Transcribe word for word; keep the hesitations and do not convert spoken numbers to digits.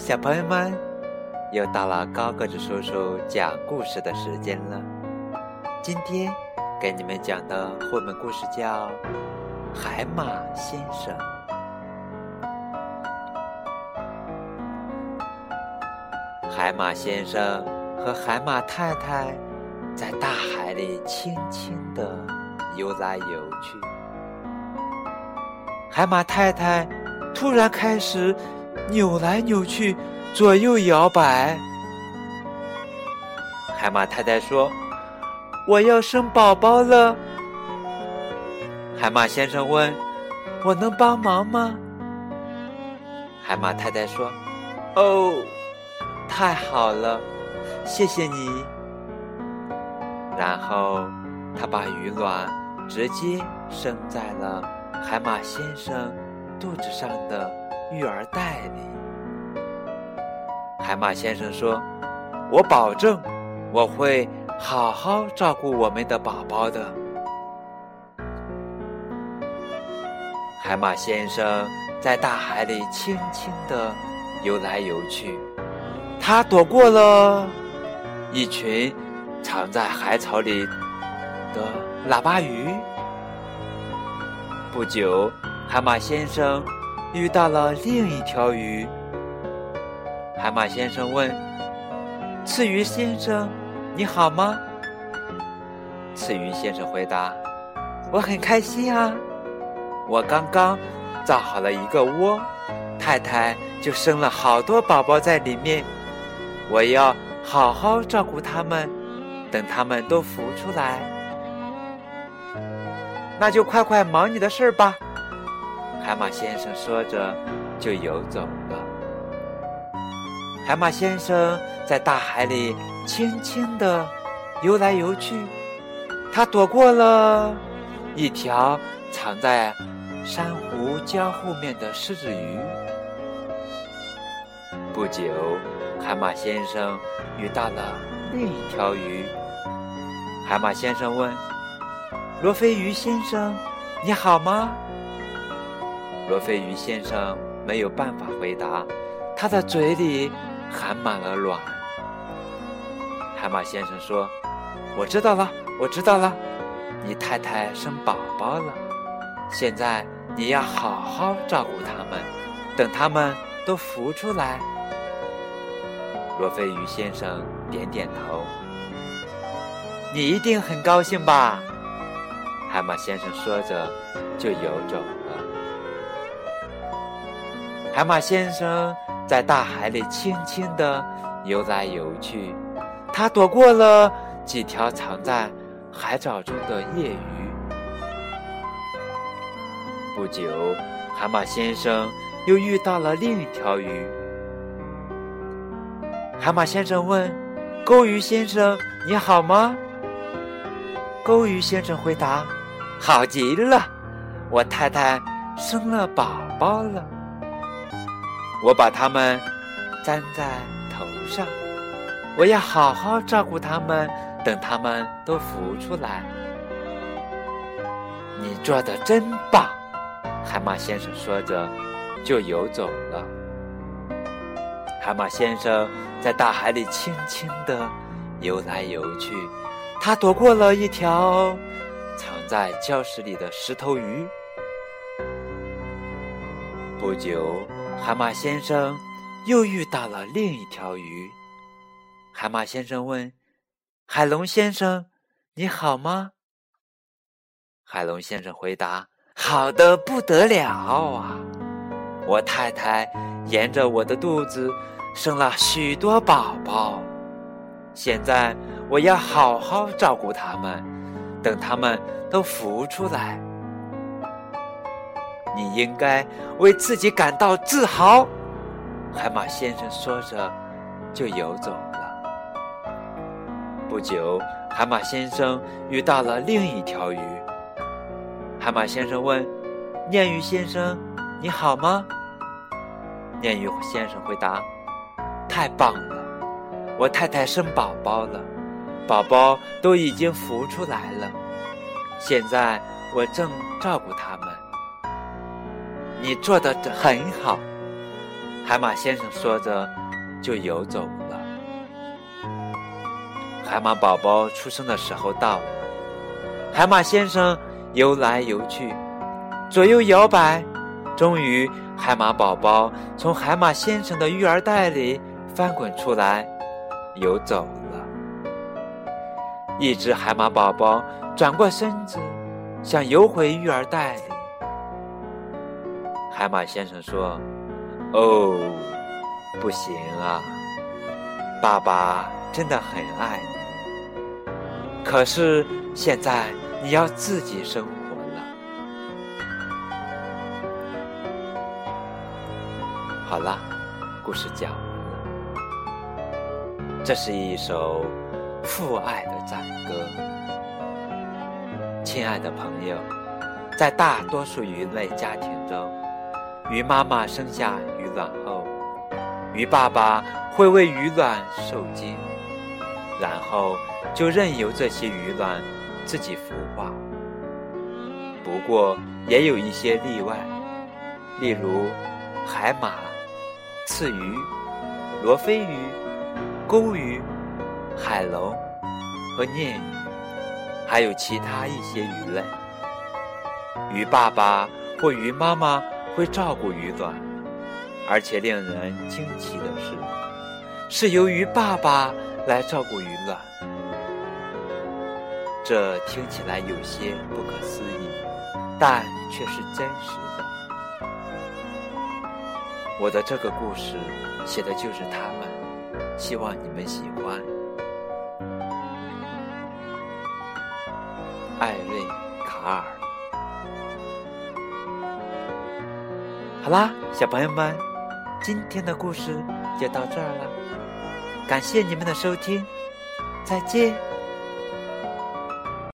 小朋友们，又到了高个子叔叔讲故事的时间了。今天给你们讲的绘本故事叫《海马先生》。海马先生和海马太太在大海里轻轻地游来游去。海马太太突然开始扭来扭去，左右摇摆。海马太太说：“我要生宝宝了。”海马先生问：“我能帮忙吗？”海马太太说：“哦，太好了，谢谢你。”然后他把鱼卵直接生在了海马先生肚子上的育儿袋里。海马先生说：“我保证，我会好好照顾我们的宝宝的。”海马先生在大海里轻轻地游来游去，他躲过了一群藏在海草里的喇叭鱼。不久，海马先生遇到了另一条鱼。海马先生问：“刺鱼先生，你好吗？”刺鱼先生回答：“我很开心啊，我刚刚造好了一个窝，太太就生了好多宝宝在里面，我要好好照顾它们，等它们都孵出来。”那就快快忙你的事吧。海马先生说着就游走了。海马先生在大海里轻轻地游来游去，他躲过了一条藏在珊瑚礁后面的狮子鱼。不久，海马先生遇到了另一条鱼。海马先生问：“罗非鱼先生，你好吗？”罗非鱼先生没有办法回答，他的嘴里含满了卵。海马先生说：“我知道了，我知道了，你太太生宝宝了，现在你要好好照顾它们，等它们都孵出来。”罗非鱼先生点点头：“你一定很高兴吧？”海马先生说着就游走了。海马先生在大海里轻轻地游来游去，他躲过了几条藏在海藻中的夜鱼。不久，海马先生又遇到了另一条鱼。海马先生问：“钩鱼先生，你好吗？”钩鱼先生回答：“好极了，我太太生了宝宝了，我把它们粘在头上，我要好好照顾它们，等它们都孵出来。”你做得真棒，海马先生说着就游走了。海马先生在大海里轻轻地游来游去，他躲过了一条藏在礁石里的石头鱼。不久，海马先生又遇到了另一条鱼。海马先生问：“海龙先生，你好吗？”海龙先生回答：“好得不得了啊！我太太沿着我的肚子生了许多宝宝，现在我要好好照顾它们，等它们都孵出来。你应该为自己感到自豪。”海马先生说着就游走了。不久，海马先生遇到了另一条鱼。海马先生问：“鲶鱼先生，你好吗？”鲶鱼先生回答：“太棒了，我太太生宝宝了，宝宝都已经孵出来了，现在我正照顾它们。”你做得很好，海马先生说着就游走了。海马宝宝出生的时候到了，海马先生游来游去，左右摇摆，终于海马宝宝从海马先生的育儿袋里翻滚出来，游走了。一只海马宝宝转过身子，想游回育儿袋里。海马先生说：哦，不行啊，爸爸真的很爱你，可是现在你要自己生活了。好了，故事讲完了。这是一首父爱的赞歌。亲爱的朋友，在大多数鱼类家庭中，鱼妈妈生下鱼卵后，鱼爸爸会为鱼卵受精，然后就任由这些鱼卵自己孵化。不过也有一些例外，例如海马、刺鱼、罗非鱼、钩鱼、海龙和鲶鱼，还有其他一些鱼类。鱼爸爸或鱼妈妈会照顾鱼卵，而且令人惊奇的是，是由鱼爸爸来照顾鱼卵。这听起来有些不可思议，但却是真实的。我的这个故事写的就是他们，希望你们喜欢。艾瑞卡尔。好啦，小朋友们，今天的故事就到这儿了，感谢你们的收听，再见。